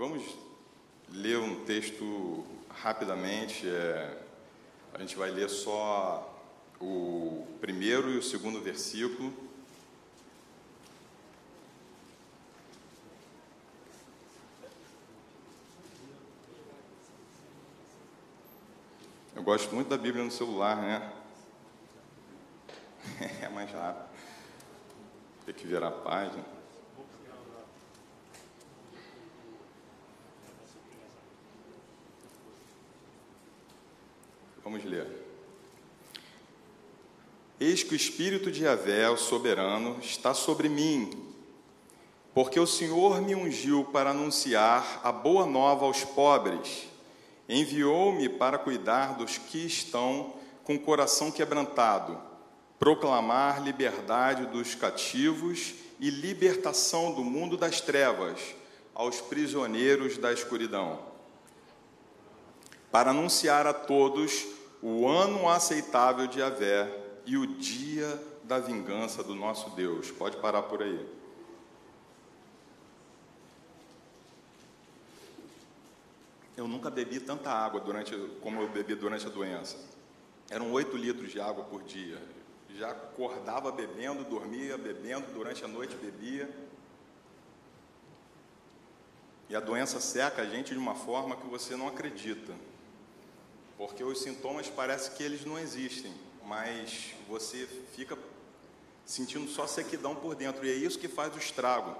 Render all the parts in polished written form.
Vamos ler um texto rapidamente. A gente vai ler só o primeiro e o segundo versículo. Eu gosto muito da Bíblia no celular, né? É mais rápido. Tem que virar a página. Vamos ler. Eis que o Espírito de Yahvé, o soberano, está sobre mim, porque o Senhor me ungiu para anunciar a boa nova aos pobres. Enviou-me para cuidar dos que estão com o coração quebrantado, proclamar liberdade dos cativos e libertação do mundo das trevas aos prisioneiros da escuridão, para anunciar a todos o ano aceitável de Yahvé e o dia da vingança do nosso Deus. Pode parar por aí. Eu nunca bebi tanta água como eu bebi durante a doença. Eram 8 litros de água por dia. Já acordava bebendo, dormia bebendo, durante a noite bebia. E a doença seca a gente de uma forma que você não acredita. Porque os sintomas parece que eles não existem, mas você fica sentindo só sequidão por dentro. E é isso que faz o estrago.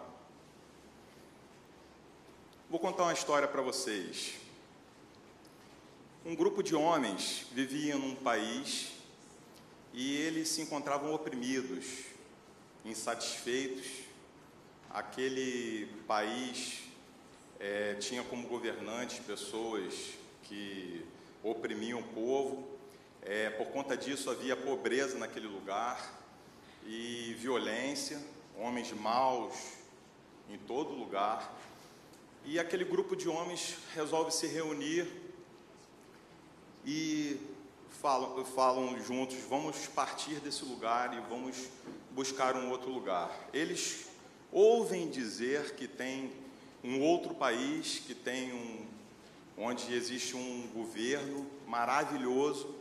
Vou contar uma história para vocês. Um grupo de homens vivia num país e eles se encontravam oprimidos, insatisfeitos. Aquele país tinha como governantes pessoas que oprimiam o povo. Por conta disso havia pobreza naquele lugar e violência, homens maus em todo lugar. E aquele grupo de homens resolve se reunir e falam juntos: vamos partir desse lugar e vamos buscar um outro lugar. Eles ouvem dizer que tem um outro país, que tem onde existe um governo maravilhoso,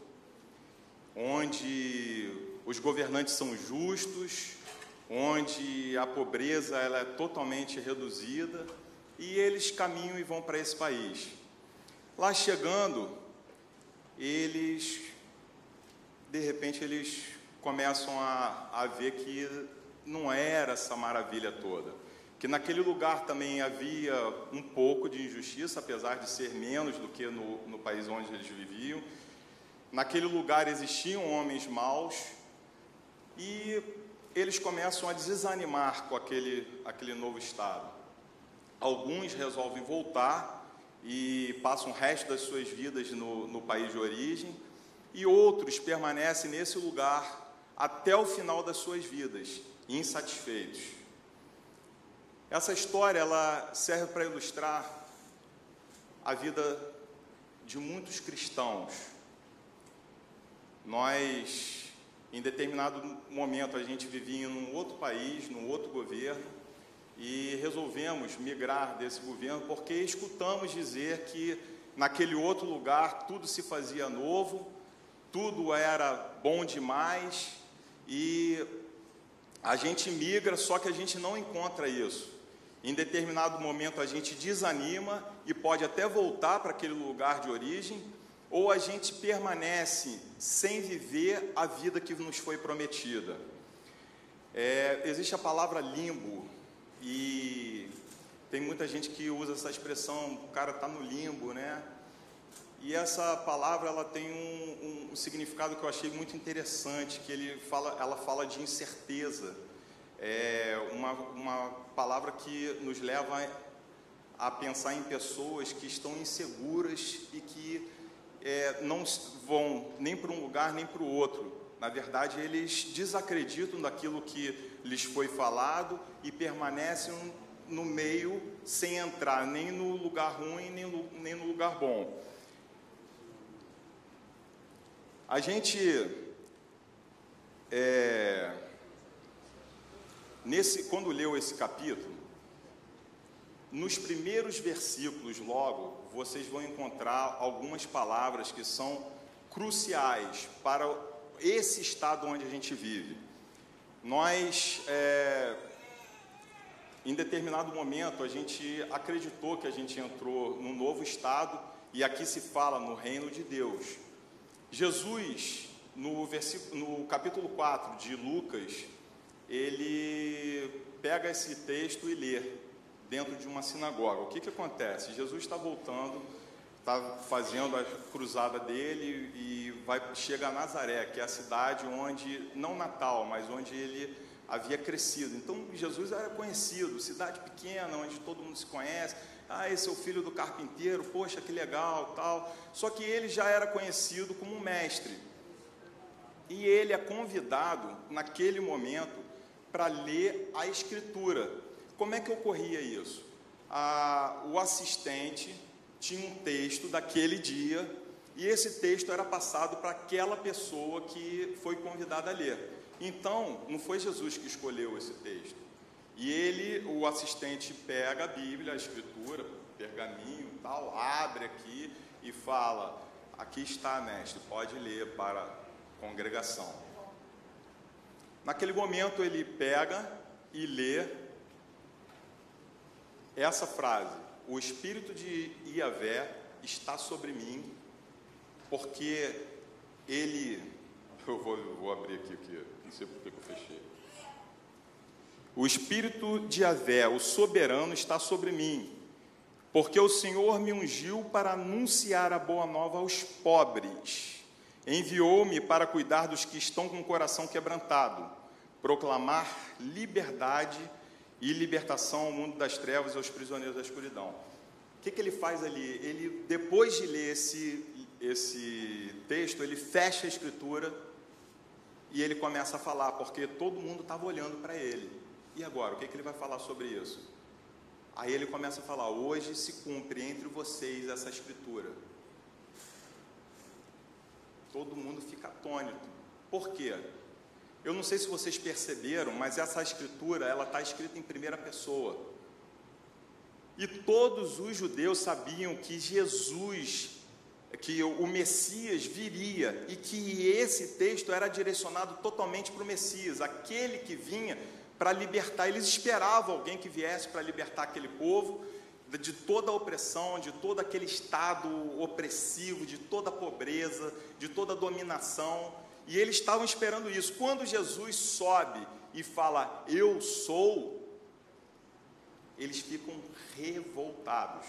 onde os governantes são justos, onde a pobreza ela é totalmente reduzida, e eles caminham e vão para esse país. Lá chegando, de repente, eles começam a ver que não era essa maravilha toda, que naquele lugar também havia um pouco de injustiça, apesar de ser menos do que no país onde eles viviam. Naquele lugar existiam homens maus, e eles começam a desanimar com aquele novo estado. Alguns resolvem voltar e passam o resto das suas vidas no país de origem, e outros permanecem nesse lugar até o final das suas vidas, insatisfeitos. Essa história ela serve para ilustrar a vida de muitos cristãos. Nós, em determinado momento, a gente vivia em um outro país, num outro governo, e resolvemos migrar desse governo porque escutamos dizer que naquele outro lugar tudo se fazia novo, tudo era bom demais, e a gente migra, só que a gente não encontra isso. Em determinado momento a gente desanima e pode até voltar para aquele lugar de origem, ou a gente permanece sem viver a vida que nos foi prometida. Existe a palavra limbo, e tem muita gente que usa essa expressão: o cara está no limbo, né? E essa palavra ela tem um significado que eu achei muito interessante, que ela fala de incerteza. É uma palavra que nos leva a pensar em pessoas que estão inseguras e que não vão nem para um lugar nem para o outro. Na verdade, eles desacreditam daquilo que lhes foi falado e permanecem no meio, sem entrar nem no lugar ruim, nem no lugar bom. A gente, quando leu esse capítulo, nos primeiros versículos, logo, vocês vão encontrar algumas palavras que são cruciais para esse estado onde a gente vive. Nós, em determinado momento, a gente acreditou que a gente entrou num novo estado, e aqui se fala no reino de Deus. Jesus, no capítulo 4 de Lucas, ele pega esse texto e lê dentro de uma sinagoga. O que acontece? Jesus está voltando, está fazendo a cruzada dele e chega a Nazaré, que é a cidade onde, não Natal, mas onde ele havia crescido. Então Jesus era conhecido, cidade pequena, onde todo mundo se conhece. Esse é o filho do carpinteiro, poxa, que legal, tal. Só que ele já era conhecido como um mestre. E ele é convidado, naquele momento, para ler a Escritura. Como é que ocorria isso? O assistente tinha um texto daquele dia, e esse texto era passado para aquela pessoa que foi convidada a ler. Então, não foi Jesus que escolheu esse texto. E o assistente pega a Bíblia, a Escritura, pergaminho e tal, abre aqui e fala: aqui está, mestre, pode ler para a congregação. Naquele momento ele pega e lê essa frase: o Espírito de Iavé está sobre mim, porque ele... Eu vou abrir aqui, não sei por que eu fechei. O Espírito de Iavé, o soberano, está sobre mim, porque o Senhor me ungiu para anunciar a boa nova aos pobres. Enviou-me para cuidar dos que estão com o coração quebrantado, proclamar liberdade e libertação ao mundo das trevas e aos prisioneiros da escuridão. O que ele faz ali? Ele, depois de ler esse texto, ele fecha a Escritura e ele começa a falar, porque todo mundo estava olhando para ele. E agora, o que ele vai falar sobre isso? Aí ele começa a falar: hoje se cumpre entre vocês essa Escritura. Todo mundo fica atônito. Por quê? Eu não sei se vocês perceberam, mas essa Escritura, ela está escrita em primeira pessoa. E todos os judeus sabiam que Jesus, que o Messias viria, e que esse texto era direcionado totalmente para o Messias, aquele que vinha para libertar. Eles esperavam alguém que viesse para libertar aquele povo de toda a opressão, de todo aquele estado opressivo, de toda a pobreza, de toda a dominação, e eles estavam esperando isso. Quando Jesus sobe e fala: eu sou, eles ficam revoltados,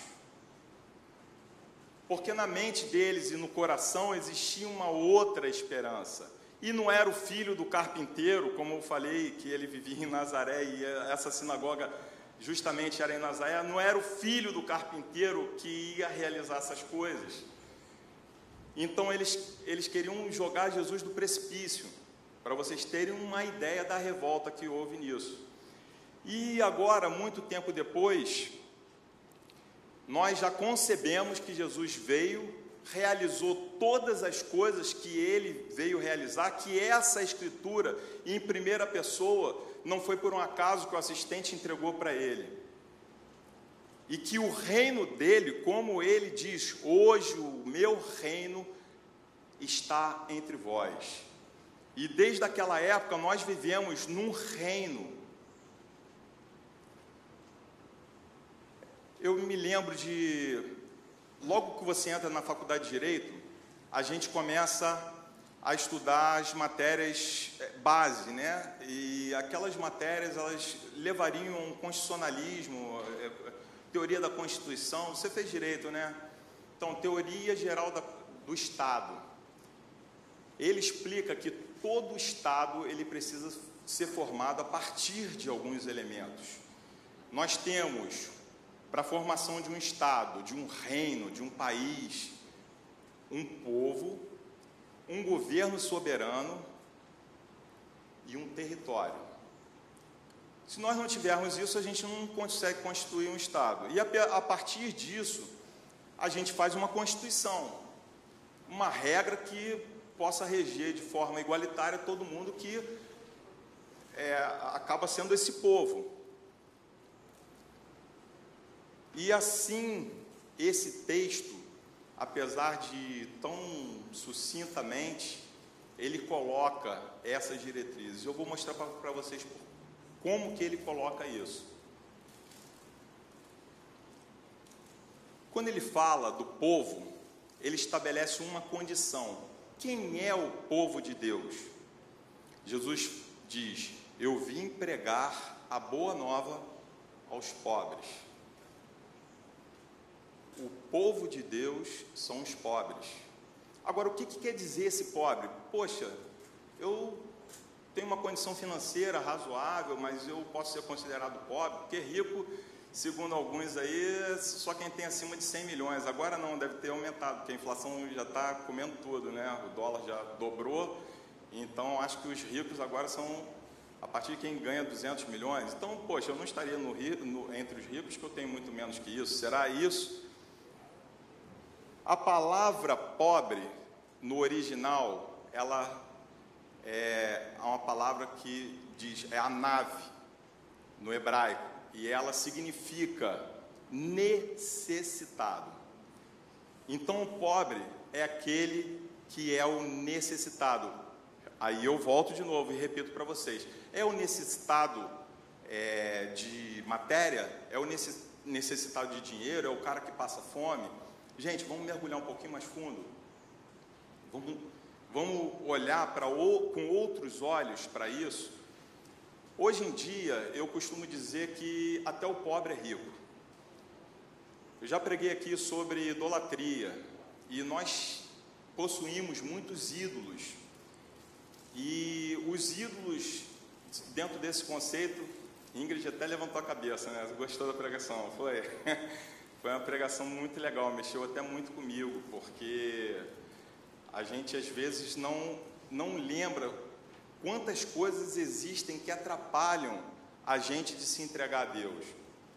porque na mente deles e no coração existia uma outra esperança, e não era o filho do carpinteiro, como eu falei, que ele vivia em Nazaré, e essa sinagoga justamente era em Nazaré. Não era o filho do carpinteiro que ia realizar essas coisas. Então eles queriam jogar Jesus do precipício, para vocês terem uma ideia da revolta que houve nisso. E agora, muito tempo depois, nós já concebemos que Jesus veio, realizou todas as coisas que ele veio realizar, que essa Escritura, em primeira pessoa, não foi por um acaso que o assistente entregou para ele. E que o reino dele, como ele diz: hoje o meu reino está entre vós. E desde aquela época nós vivemos num reino. Eu me lembro logo que você entra na faculdade de Direito, a gente começa a estudar as matérias base, né? E aquelas matérias, elas levariam um constitucionalismo, teoria da Constituição. Você fez Direito, né? Então, teoria geral do Estado. Ele explica que todo Estado, ele precisa ser formado a partir de alguns elementos. Nós temos, para a formação de um Estado, de um reino, de um país, um povo, um governo soberano e um território. Se nós não tivermos isso, a gente não consegue constituir um Estado. E a partir disso, a gente faz uma Constituição, uma regra que possa reger de forma igualitária todo mundo que acaba sendo esse povo. E assim, esse texto, apesar de tão sucintamente, ele coloca essas diretrizes. Eu vou mostrar para vocês como que ele coloca isso. Quando ele fala do povo, ele estabelece uma condição. Quem é o povo de Deus? Jesus diz: eu vim pregar a boa nova aos pobres. O povo de Deus são os pobres. Agora, o que quer dizer esse pobre? Poxa, eu tenho uma condição financeira razoável, mas eu posso ser considerado pobre, porque rico, segundo alguns aí, só quem tem acima de 100 milhões. Agora não, deve ter aumentado, porque a inflação já está comendo tudo, né? O dólar já dobrou, então acho que os ricos agora são a partir de quem ganha 200 milhões. Então, poxa, eu não estaria entre os ricos, que eu tenho muito menos que isso. Será isso? A palavra pobre, no original, ela é uma palavra que diz, é a nave, no hebraico, e ela significa necessitado. Então, o pobre é aquele que é o necessitado. Aí eu volto de novo e repito para vocês, é o necessitado de matéria, é o necessitado de dinheiro, é o cara que passa fome. Gente, vamos mergulhar um pouquinho mais fundo, vamos olhar com outros olhos para isso. Hoje em dia, eu costumo dizer que até o pobre é rico. Eu já preguei aqui sobre idolatria, e nós possuímos muitos ídolos, e os ídolos, dentro desse conceito, Ingrid até levantou a cabeça, né? Gostou da pregação? Foi uma pregação muito legal, mexeu até muito comigo, porque a gente às vezes não lembra quantas coisas existem que atrapalham a gente de se entregar a Deus.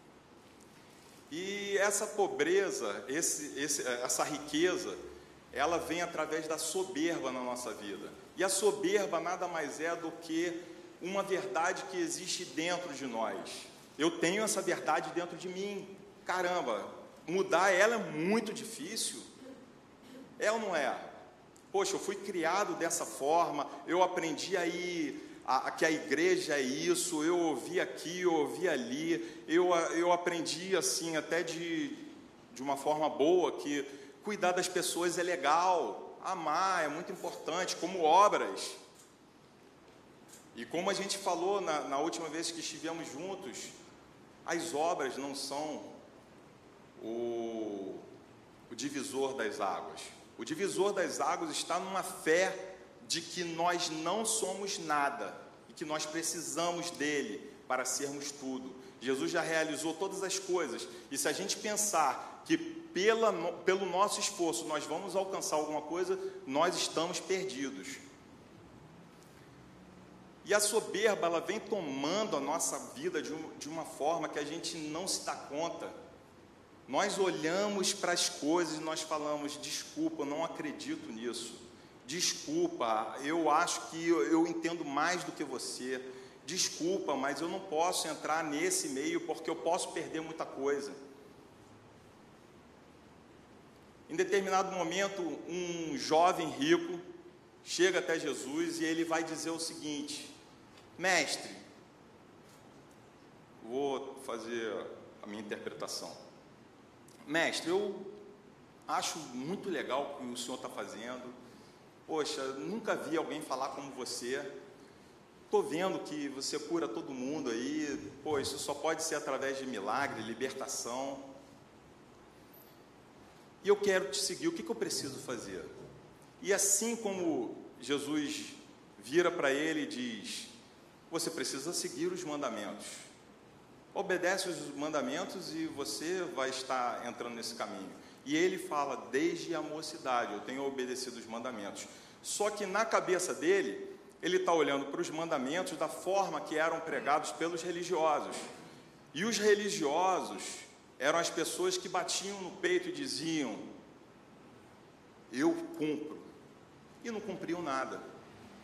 E essa pobreza, essa riqueza, ela vem através da soberba na nossa vida. E a soberba nada mais é do que uma verdade que existe dentro de nós. Eu tenho essa verdade dentro de mim. Caramba, mudar ela é muito difícil. É ou não é? Poxa, eu fui criado dessa forma, eu aprendi que a igreja é isso, eu ouvi aqui, eu ouvi ali, eu aprendi assim, até de uma forma boa, que cuidar das pessoas é legal, amar é muito importante, como obras. E como a gente falou na última vez que estivemos juntos, as obras não são o divisor das águas. O divisor das águas está numa fé de que nós não somos nada e que nós precisamos dele para sermos tudo. Jesus já realizou todas as coisas, e se a gente pensar que pelo nosso esforço nós vamos alcançar alguma coisa, nós estamos perdidos. E a soberba, ela vem tomando a nossa vida de uma forma que a gente não se dá conta. Nós olhamos para as coisas e nós falamos: desculpa, eu não acredito nisso. Desculpa, eu acho que eu entendo mais do que você. Desculpa, mas eu não posso entrar nesse meio porque eu posso perder muita coisa. Em determinado momento, um jovem rico chega até Jesus e ele vai dizer o seguinte: mestre, vou fazer a minha interpretação. Mestre, eu acho muito legal o que o senhor está fazendo. Poxa, nunca vi alguém falar como você. Estou vendo que você cura todo mundo aí. Pô, isso só pode ser através de milagre, libertação. E eu quero te seguir, o que eu preciso fazer? E assim como Jesus vira para ele e diz: você precisa seguir os mandamentos. Obedece os mandamentos e você vai estar entrando nesse caminho. E ele fala: desde a mocidade eu tenho obedecido os mandamentos. Só que na cabeça dele, ele está olhando para os mandamentos da forma que eram pregados pelos religiosos. E os religiosos eram as pessoas que batiam no peito e diziam: eu cumpro. E não cumpriam nada.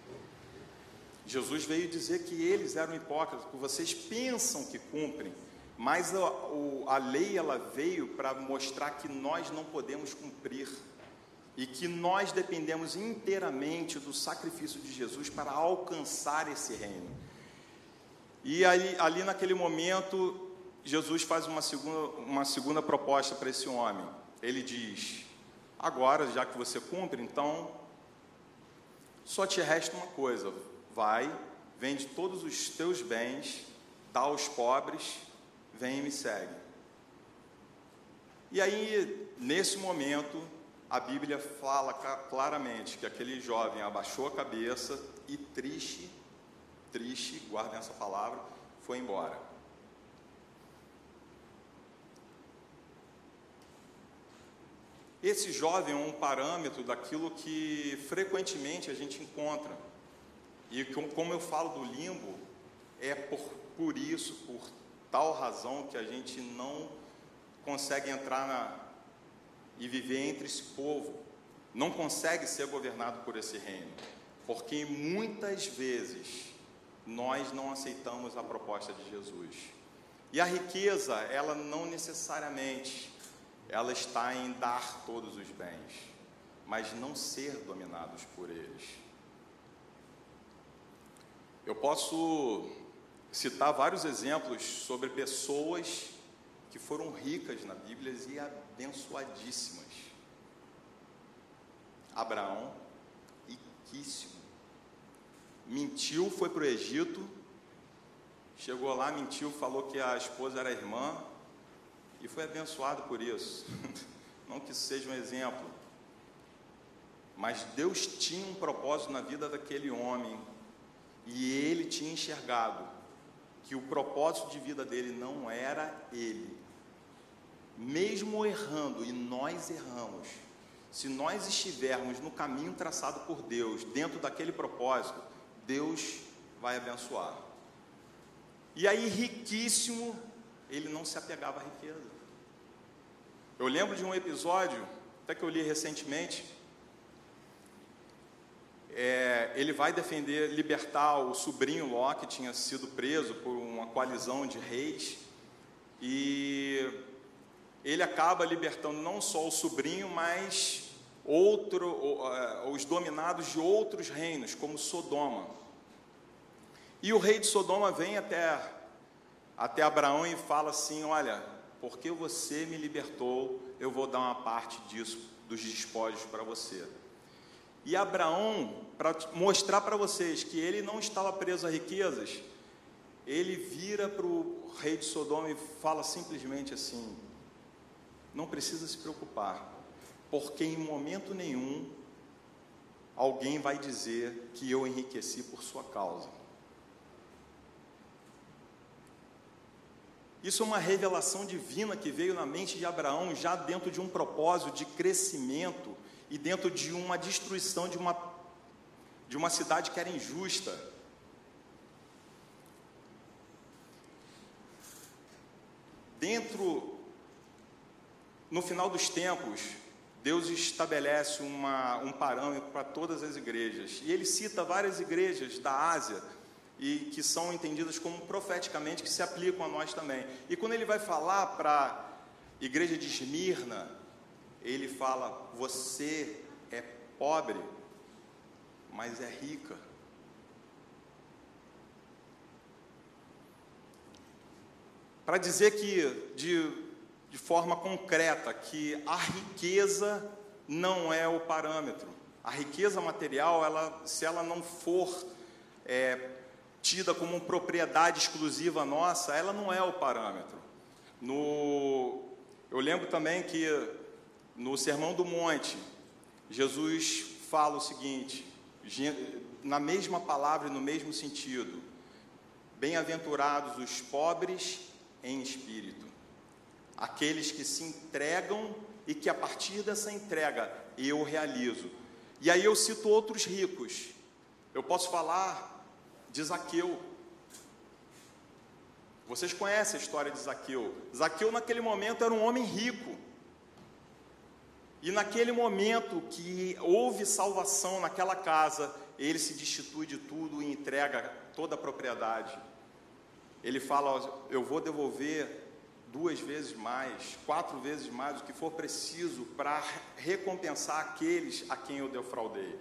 Jesus veio dizer que eles eram hipócritas, que vocês pensam que cumprem, Mas a lei, ela veio para mostrar que nós não podemos cumprir e que nós dependemos inteiramente do sacrifício de Jesus para alcançar esse reino. E ali naquele momento, Jesus faz uma segunda proposta para esse homem. Ele diz: agora, já que você cumpre, então só te resta uma coisa: vai, vende todos os teus bens, dá aos pobres, vem e me segue. E aí, nesse momento, a Bíblia fala claramente que aquele jovem abaixou a cabeça e triste, guardem essa palavra, foi embora. Esse jovem é um parâmetro daquilo que frequentemente a gente encontra. E como eu falo do limbo, é por isso, por tal razão, que a gente não consegue entrar e viver entre esse povo, não consegue ser governado por esse reino, porque muitas vezes nós não aceitamos a proposta de Jesus. E a riqueza, ela não necessariamente, ela está em dar todos os bens, mas não ser dominados por eles. Eu posso citar vários exemplos sobre pessoas que foram ricas na Bíblia e abençoadíssimas. Abraão, riquíssimo, mentiu, foi para o Egito, chegou lá, mentiu, falou que a esposa era irmã e foi abençoado por isso. Não que isso seja um exemplo, mas Deus tinha um propósito na vida daquele homem e ele tinha enxergado que o propósito de vida dele não era ele. Mesmo errando, e nós erramos, se nós estivermos no caminho traçado por Deus, dentro daquele propósito, Deus vai abençoar. E aí, riquíssimo, ele não se apegava à riqueza. Eu lembro de um episódio, até que eu li recentemente, ele vai libertar o sobrinho Ló, que tinha sido preso por uma coalizão de reis, e ele acaba libertando não só o sobrinho, mas os dominados de outros reinos, como Sodoma. E o rei de Sodoma vem até Abraão e fala assim: olha, porque você me libertou, eu vou dar uma parte disso, dos despojos para você. E Abraão, para mostrar para vocês que ele não estava preso a riquezas, ele vira para o rei de Sodoma e fala simplesmente assim: não precisa se preocupar, porque em momento nenhum alguém vai dizer que eu enriqueci por sua causa. Isso é uma revelação divina que veio na mente de Abraão, já dentro de um propósito de crescimento e dentro de uma destruição de uma cidade que era injusta. No final dos tempos, Deus estabelece um parâmetro para todas as igrejas, e ele cita várias igrejas da Ásia, e que são entendidas como profeticamente, que se aplicam a nós também. E quando ele vai falar para a igreja de Esmirna, ele fala: você é pobre, mas é rica. Para dizer que, de forma concreta, que a riqueza não é o parâmetro. A riqueza material, se ela não for tida como uma propriedade exclusiva nossa, ela não é o parâmetro. Eu lembro também que no Sermão do Monte, Jesus fala o seguinte, na mesma palavra e no mesmo sentido: bem-aventurados os pobres em espírito, aqueles que se entregam e que a partir dessa entrega eu realizo. E aí eu cito outros ricos. Eu posso falar de Zaqueu. Vocês conhecem a história de Zaqueu. Zaqueu naquele momento era um homem rico. E naquele momento que houve salvação naquela casa, ele se destitui de tudo e entrega toda a propriedade. Ele fala: eu vou devolver 2 vezes mais, 4 vezes mais, o que for preciso para recompensar aqueles a quem eu defraudei.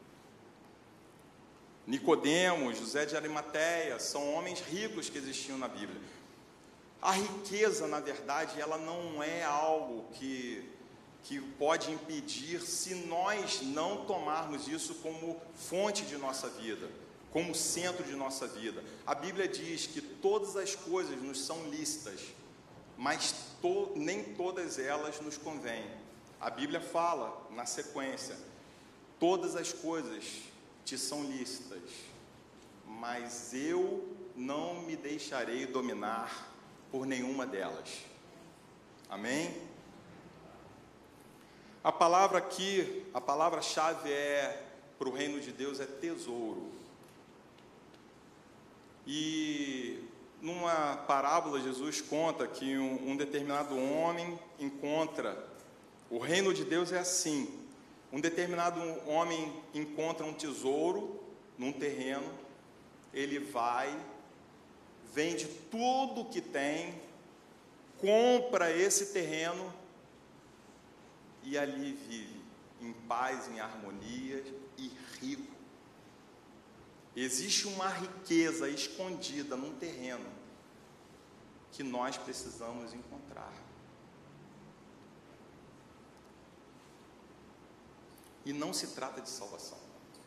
Nicodemos, José de Arimateia, são homens ricos que existiam na Bíblia. A riqueza, na verdade, ela não é algo que pode impedir, se nós não tomarmos isso como fonte de nossa vida, como centro de nossa vida. A Bíblia diz que todas as coisas nos são lícitas, mas nem todas elas nos convêm. A Bíblia fala, na sequência, todas as coisas te são lícitas, mas eu não me deixarei dominar por nenhuma delas. Amém? A palavra aqui, a palavra-chave para o reino de Deus é tesouro. E numa parábola Jesus conta que um determinado homem encontra, o reino de Deus é assim, um determinado homem encontra um tesouro num terreno, ele vai, vende tudo o que tem, compra esse terreno e ali vive em paz, em harmonia e rico. Existe uma riqueza escondida num terreno que nós precisamos encontrar. E não se trata de salvação.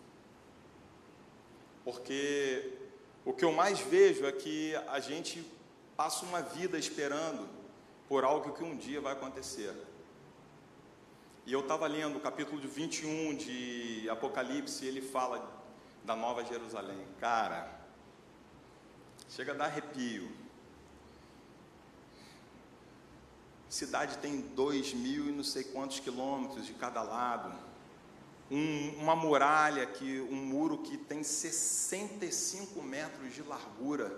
Porque o que eu mais vejo é que a gente passa uma vida esperando por algo que um dia vai acontecer. E eu estava lendo o capítulo 21 de Apocalipse, e ele fala da Nova Jerusalém. Cara, chega a dar arrepio. Cidade tem 2.000 e não sei quantos quilômetros de cada lado. Uma muralha, um muro que tem 65 metros de largura.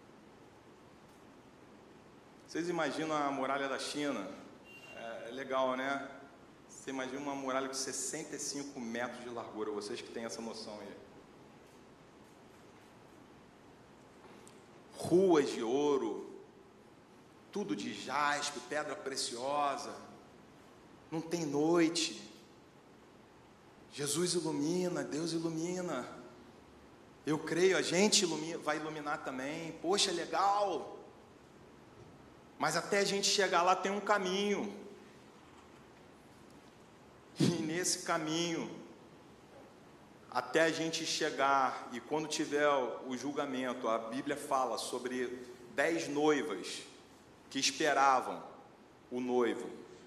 Vocês imaginam a muralha da China? É legal, né? Você imagina uma muralha de 65 metros de largura, vocês que têm essa noção aí. Ruas de ouro, tudo de jaspe, pedra preciosa, não tem noite. Jesus ilumina, Deus ilumina. Eu creio, a gente vai iluminar também. Poxa, legal. Mas até a gente chegar lá tem um caminho. E nesse caminho, até a gente chegar, e quando tiver o julgamento, a Bíblia fala sobre 10 noivas que esperavam o noivo.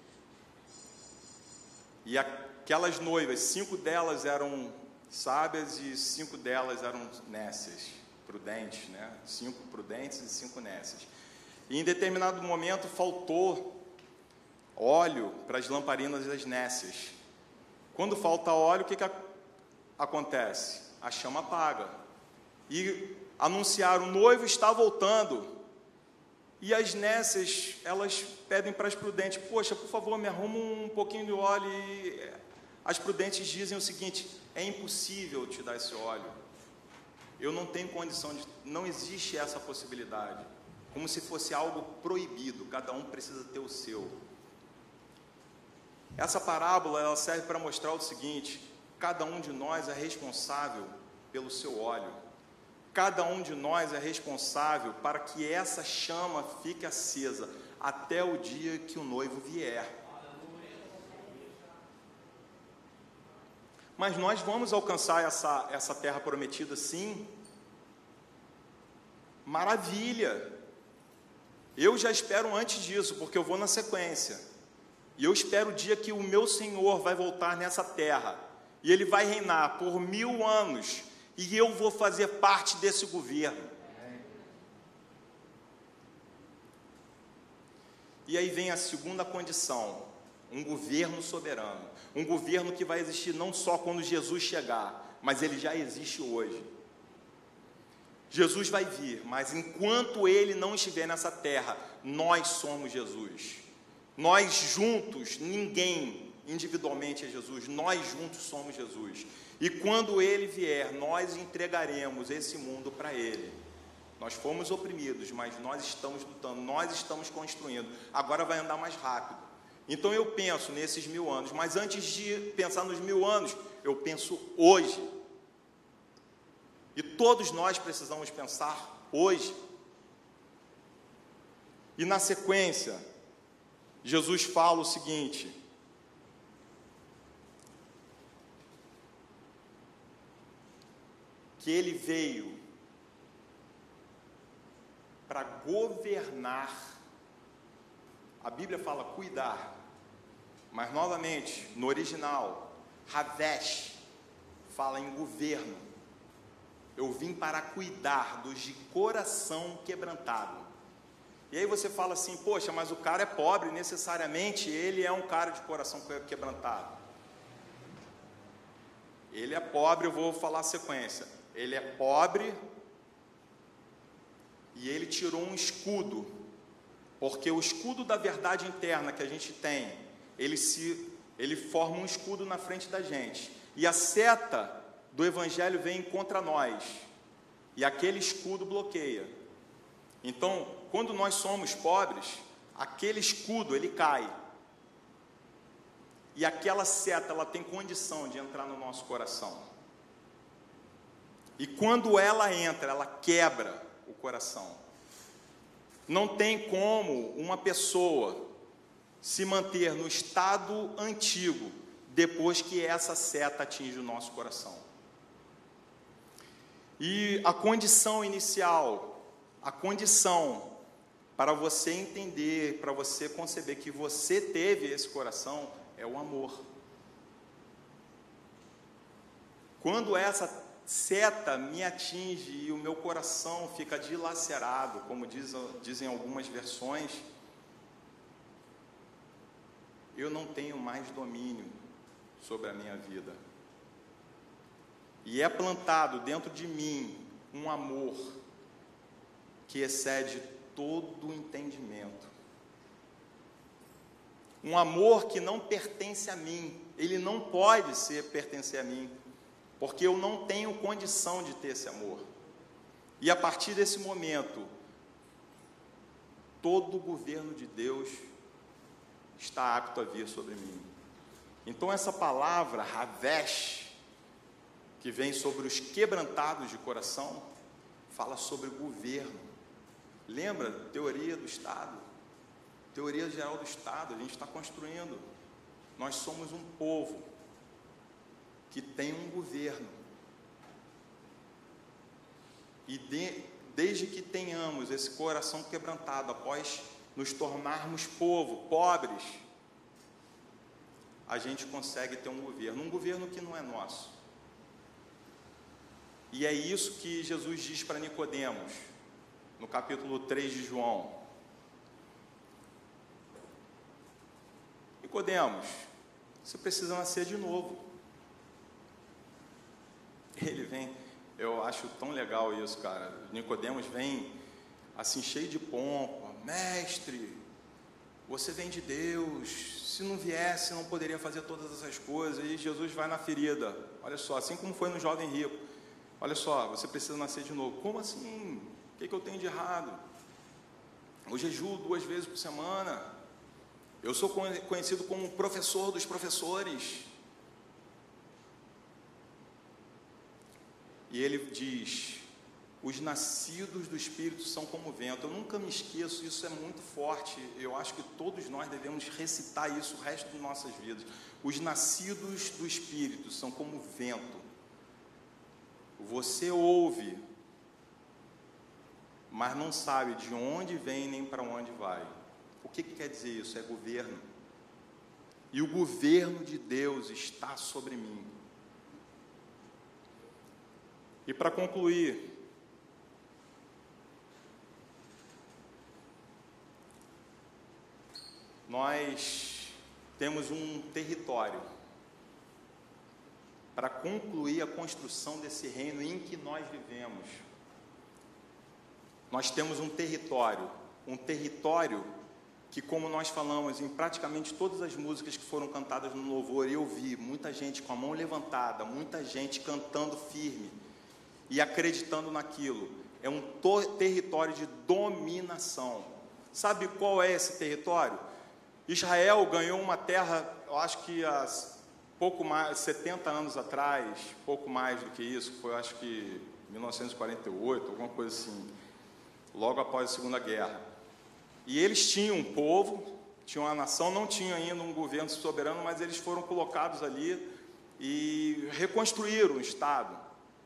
E aquelas noivas, 5 delas eram sábias e 5 delas eram nécias, prudentes, né? 5 prudentes e 5 nécias. E em determinado momento faltou óleo para as lamparinas das nécias. Quando falta óleo, o que acontece? A chama apaga. E anunciaram, o noivo está voltando. E as nécias, elas pedem para as prudentes, poxa, por favor, me arruma um pouquinho de óleo. E as prudentes dizem o seguinte, é impossível te dar esse óleo. Eu não tenho condição de... Não existe essa possibilidade. Como se fosse algo proibido, cada um precisa ter o seu. Essa parábola, ela serve para mostrar o seguinte, cada um de nós é responsável pelo seu óleo. Cada um de nós é responsável para que essa chama fique acesa até o dia que o noivo vier. Mas nós vamos alcançar essa terra prometida, sim. Maravilha! Eu já espero antes disso, porque eu vou na sequência. E eu espero o dia que o meu Senhor vai voltar nessa terra. E Ele vai reinar por 1000 anos. E eu vou fazer parte desse governo. E aí vem a segunda condição. Um governo soberano. Um governo que vai existir não só quando Jesus chegar, mas ele já existe hoje. Jesus vai vir, mas enquanto Ele não estiver nessa terra, nós somos Jesus. Nós juntos, ninguém individualmente é Jesus, nós juntos somos Jesus. E quando Ele vier, nós entregaremos esse mundo para Ele. Nós fomos oprimidos, mas nós estamos lutando, nós estamos construindo. Agora vai andar mais rápido. Então eu penso nesses 1000 anos, mas antes de pensar nos 1000 anos, eu penso hoje. E todos nós precisamos pensar hoje. E na sequência, Jesus fala o seguinte: que ele veio para governar. A Bíblia fala cuidar, mas novamente, no original, Havesh fala em governo. Eu vim para cuidar dos de coração quebrantado. E aí você fala assim, poxa, mas o cara é pobre, necessariamente ele é um cara de coração quebrantado. Ele é pobre, eu vou falar a sequência. Ele é pobre e ele tirou um escudo, porque o escudo da verdade interna que a gente tem, ele forma um escudo na frente da gente, e a seta do evangelho vem contra nós, e aquele escudo bloqueia. Então, quando nós somos pobres, aquele escudo ele cai, e aquela seta ela tem condição de entrar no nosso coração, e quando ela entra, ela quebra o coração. Não tem como uma pessoa se manter no estado antigo depois que essa seta atinge o nosso coração. E a condição inicial, a condição para você entender, para você conceber que você teve esse coração, é o amor. Quando essa seta me atinge e o meu coração fica dilacerado, como dizem algumas versões, eu não tenho mais domínio sobre a minha vida. E é plantado dentro de mim um amor que excede todo o entendimento. Um amor que não pertence a mim, ele não pode pertencer a mim, porque eu não tenho condição de ter esse amor. E a partir desse momento, todo o governo de Deus está apto a vir sobre mim. Então essa palavra, Havesh, que vem sobre os quebrantados de coração, fala sobre governo. Lembra? Teoria do Estado. Teoria geral do Estado, a gente está construindo. Nós somos um povo que tem um governo, e desde que tenhamos esse coração quebrantado, após nos tornarmos povo, pobres, a gente consegue ter um governo que não é nosso. E é isso que Jesus diz para Nicodemos, no capítulo 3 de João. Nicodemos, você precisa nascer de novo. Ele vem, eu acho tão legal isso, cara. Nicodemos vem assim, cheio de pompa: mestre, você vem de Deus, se não viesse, não poderia fazer todas essas coisas. E Jesus vai na ferida. Olha só, assim como foi no jovem rico. Olha só, você precisa nascer de novo. Como assim? O que eu tenho de errado? Eu jejuo 2 vezes por semana. Eu sou conhecido como professor dos professores. E ele diz: os nascidos do Espírito são como o vento. Eu nunca me esqueço, isso é muito forte. Eu acho que todos nós devemos recitar isso o resto de nossas vidas. Os nascidos do Espírito são como o vento. Você ouve, mas não sabe de onde vem nem para onde vai. O que quer dizer isso? É governo. E o governo de Deus está sobre mim. E para concluir, nós temos um território para concluir a construção desse reino em que nós vivemos. Nós temos um território que, como nós falamos em praticamente todas as músicas que foram cantadas no louvor, eu vi muita gente com a mão levantada, muita gente cantando firme e acreditando naquilo. é um território de dominação. Sabe qual é esse território? Israel ganhou uma terra, eu acho que há pouco mais, 70 anos atrás, pouco mais do que isso, foi acho que 1948, alguma coisa assim, logo após a Segunda Guerra. E eles tinham um povo, tinham uma nação, não tinham ainda um governo soberano, mas eles foram colocados ali e reconstruíram o Estado.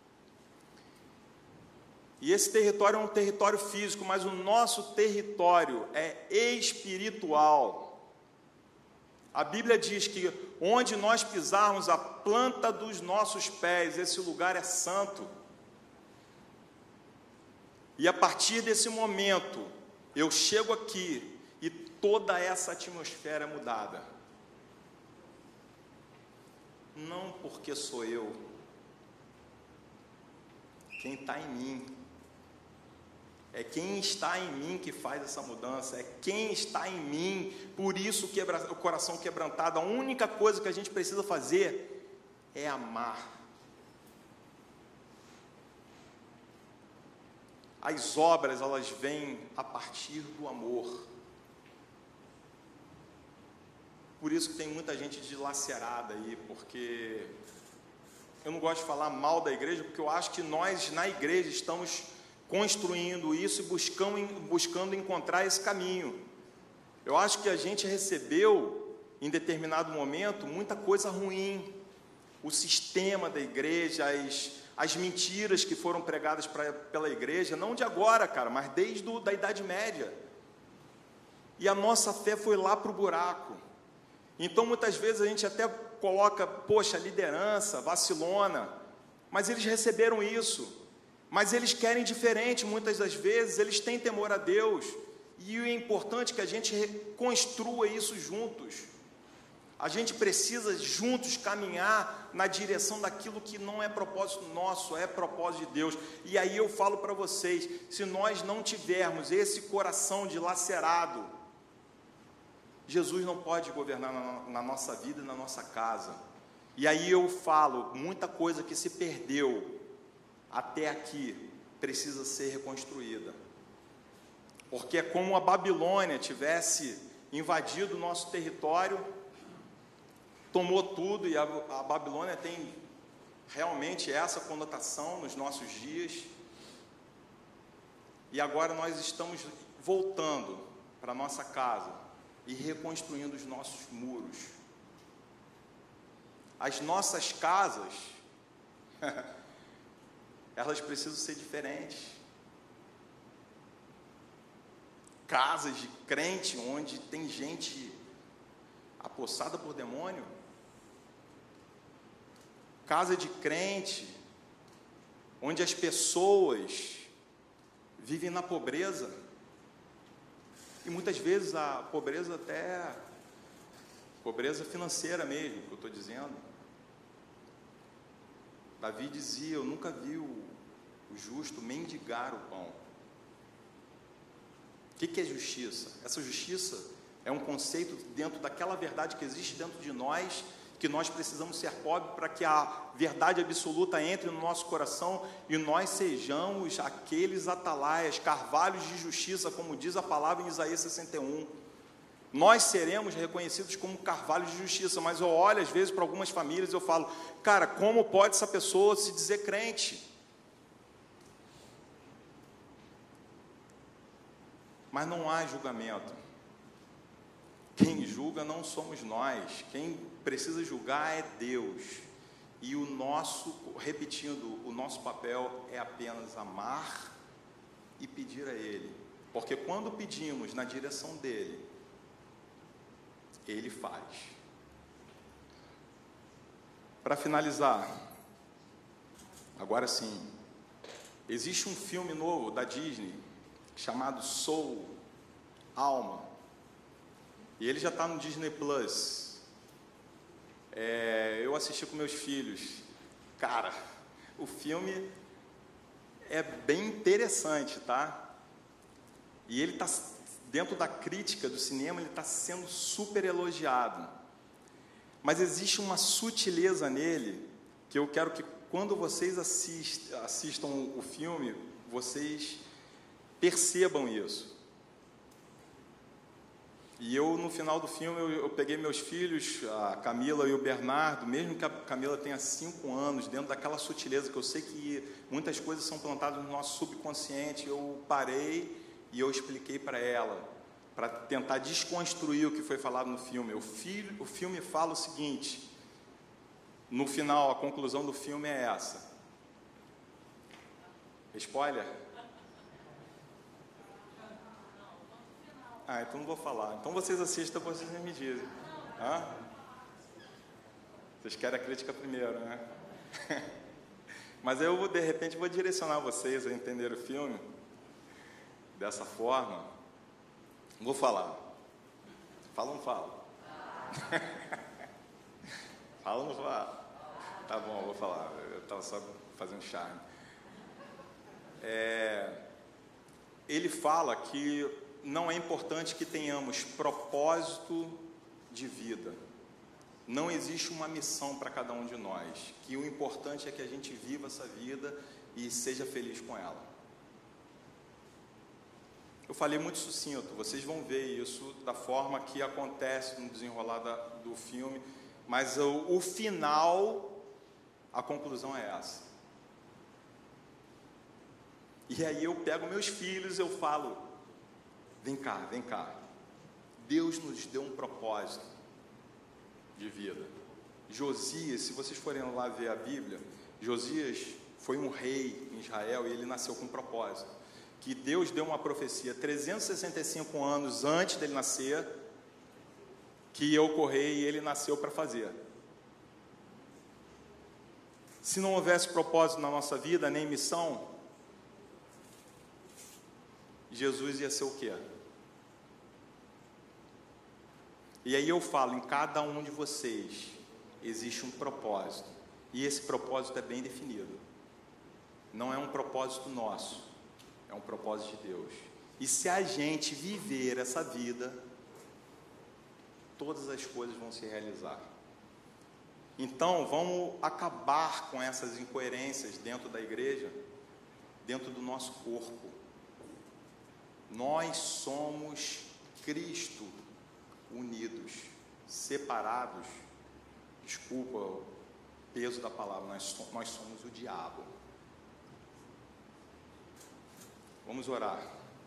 E esse território é um território físico, mas o nosso território é espiritual. A Bíblia diz que onde nós pisarmos a planta dos nossos pés, esse lugar é santo. E a partir desse momento, eu chego aqui e toda essa atmosfera é mudada. Não porque sou eu, quem está em mim. É quem está em mim que faz essa mudança, é quem está em mim, por isso o coração quebrantado, a única coisa que a gente precisa fazer é amar. As obras, elas vêm a partir do amor. Por isso que tem muita gente dilacerada aí, porque eu não gosto de falar mal da igreja, porque eu acho que nós, na igreja, estamos construindo isso e buscando encontrar esse caminho. Eu acho que a gente recebeu, em determinado momento, muita coisa ruim. O sistema da igreja, as mentiras que foram pregadas pela igreja, não de agora, cara, mas desde a Idade Média. E a nossa fé foi lá para o buraco. Então, muitas vezes, a gente até coloca, poxa, liderança, vacilona, mas eles receberam isso. Mas eles querem diferente, muitas das vezes, eles têm temor a Deus, e é importante que a gente reconstrua isso juntos. A gente precisa juntos caminhar na direção daquilo que não é propósito nosso, é propósito de Deus. E aí eu falo para vocês, se nós não tivermos esse coração dilacerado, Jesus não pode governar na nossa vida e na nossa casa. E aí eu falo, muita coisa que se perdeu até aqui precisa ser reconstruída, porque é como a Babilônia tivesse invadido o nosso território, tomou tudo, e a Babilônia tem realmente essa conotação nos nossos dias, e agora nós estamos voltando para a nossa casa e reconstruindo os nossos muros. As nossas casas elas precisam ser diferentes. Casas de crente onde tem gente apossada por demônio. Casa de crente onde as pessoas vivem na pobreza. E muitas vezes a pobreza até pobreza financeira mesmo, que eu estou dizendo. Davi dizia, eu nunca vi o justo mendigar o pão. O que é justiça? Essa justiça é um conceito dentro daquela verdade que existe dentro de nós, que nós precisamos ser pobres para que a verdade absoluta entre no nosso coração e nós sejamos aqueles atalaias, carvalhos de justiça, como diz a palavra em Isaías 61. Nós seremos reconhecidos como carvalhos de justiça, mas eu olho às vezes para algumas famílias e eu falo, cara, como pode essa pessoa se dizer crente? Mas não há julgamento. Quem julga não somos nós, quem precisa julgar é Deus. E o nosso, repetindo, o nosso papel é apenas amar e pedir a Ele. Porque quando pedimos na direção dEle, Ele faz. Para finalizar, agora sim, existe um filme novo da Disney, chamado Soul, Alma, e ele já está no Disney Plus. Eu assisti com meus filhos. Cara, o filme é bem interessante, tá? E ele está, dentro da crítica do cinema, ele está sendo super elogiado. Mas existe uma sutileza nele, que eu quero que quando vocês assistam o filme, vocês percebam isso. E eu, no final do filme, eu peguei meus filhos, a Camila e o Bernardo, mesmo que a Camila tenha 5 anos, dentro daquela sutileza, que eu sei que muitas coisas são plantadas no nosso subconsciente, eu parei e eu expliquei para ela, para tentar desconstruir o que foi falado no filme. O filme fala o seguinte, no final, a conclusão do filme é essa. Spoiler? Ah, então não vou falar. Então vocês assistam, vocês me dizem. Hã? Vocês querem a crítica primeiro, né? Mas eu, de repente, vou direcionar vocês a entender o filme dessa forma. Vou falar. Fala ou não fala? Fala ou não fala? Tá bom, eu vou falar. Eu estava só fazendo charme. Ele fala que não é importante que tenhamos propósito de vida. Não existe uma missão para cada um de nós. Que o importante é que a gente viva essa vida e seja feliz com ela. Eu falei muito sucinto, vocês vão ver isso da forma que acontece no desenrolar do filme, mas o final, a conclusão é essa. E aí eu pego meus filhos e eu falo, vem cá, Deus nos deu um propósito de vida. Josias, se vocês forem lá ver a Bíblia, Josias foi um rei em Israel e ele nasceu com um propósito. Que Deus deu uma profecia 365 anos antes dele nascer, que ia ocorrer e ele nasceu para fazer. Se não houvesse propósito na nossa vida, nem missão, Jesus ia ser o quê? E aí eu falo, em cada um de vocês existe um propósito, e esse propósito é bem definido. Não é um propósito nosso, é um propósito de Deus. E se a gente viver essa vida, todas as coisas vão se realizar. Então, vamos acabar com essas incoerências dentro da igreja, dentro do nosso corpo. Nós somos Cristo unidos, separados. Desculpa o peso da palavra, nós somos o diabo. Vamos orar.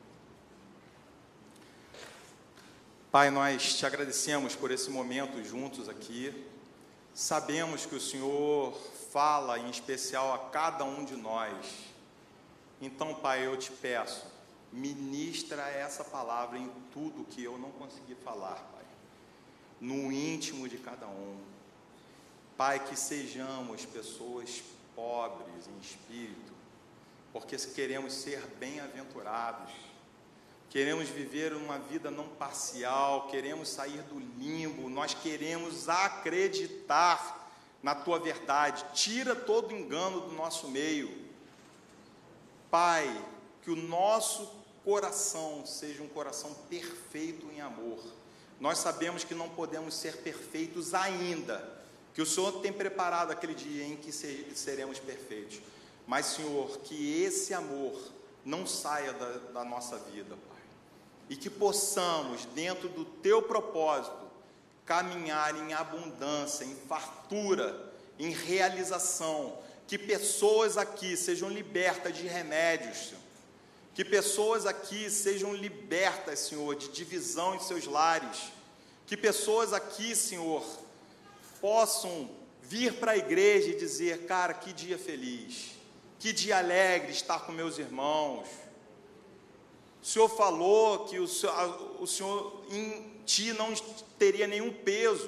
Pai, nós te agradecemos por esse momento juntos aqui. Sabemos que o Senhor fala em especial a cada um de nós. Então, Pai, eu te peço, ministra essa palavra em tudo que eu não consegui falar, Pai, no íntimo de cada um. Pai, que sejamos pessoas pobres em espírito, porque queremos ser bem-aventurados, queremos viver uma vida não parcial, queremos sair do limbo, nós queremos acreditar na Tua verdade. Tira todo engano do nosso meio. Pai, que o nosso coração seja um coração perfeito em amor. Nós sabemos que não podemos ser perfeitos ainda, que o Senhor tem preparado aquele dia em que seremos perfeitos. Mas, Senhor, que esse amor não saia da nossa vida, Pai, e que possamos, dentro do Teu propósito, caminhar em abundância, em fartura, em realização, que pessoas aqui sejam libertas de remédios, Senhor. Que pessoas aqui sejam libertas, Senhor, de divisão em seus lares. Que pessoas aqui, Senhor, possam vir para a igreja e dizer, cara, que dia feliz, que dia alegre estar com meus irmãos. O Senhor falou que o Senhor em ti não teria nenhum peso.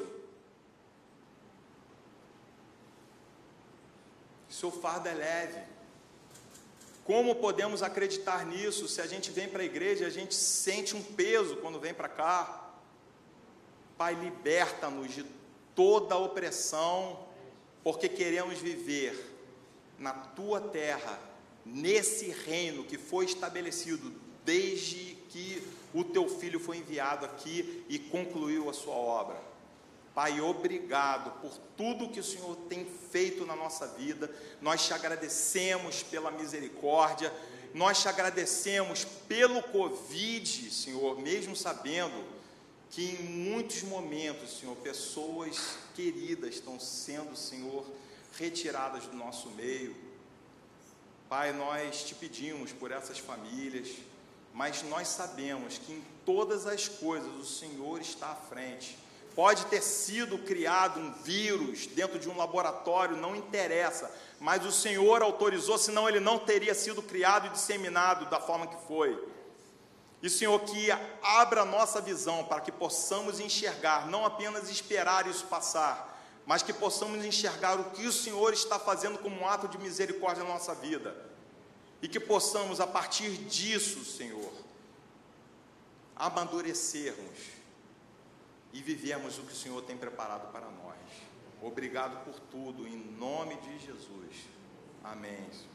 O seu fardo é leve. Como podemos acreditar nisso se a gente vem para a igreja e a gente sente um peso quando vem para cá? Pai, liberta-nos de toda a opressão, porque queremos viver na Tua terra, nesse reino que foi estabelecido desde que o Teu Filho foi enviado aqui e concluiu a sua obra. Pai, obrigado por tudo que o Senhor tem feito na nossa vida. Nós te agradecemos pela misericórdia nós te agradecemos pelo Covid, Senhor, mesmo sabendo que em muitos momentos, Senhor, pessoas queridas estão sendo, Senhor, retiradas do nosso meio. Pai, nós te pedimos por essas famílias, mas nós sabemos que em todas as coisas o Senhor está à frente. Pode ter sido criado um vírus dentro de um laboratório, não interessa, mas o Senhor autorizou, senão ele não teria sido criado e disseminado da forma que foi. E, Senhor, que abra a nossa visão para que possamos enxergar, não apenas esperar isso passar, mas que possamos enxergar o que o Senhor está fazendo como um ato de misericórdia na nossa vida. E que possamos, a partir disso, Senhor, amadurecermos e vivermos o que o Senhor tem preparado para nós. Obrigado por tudo, em nome de Jesus. Amém.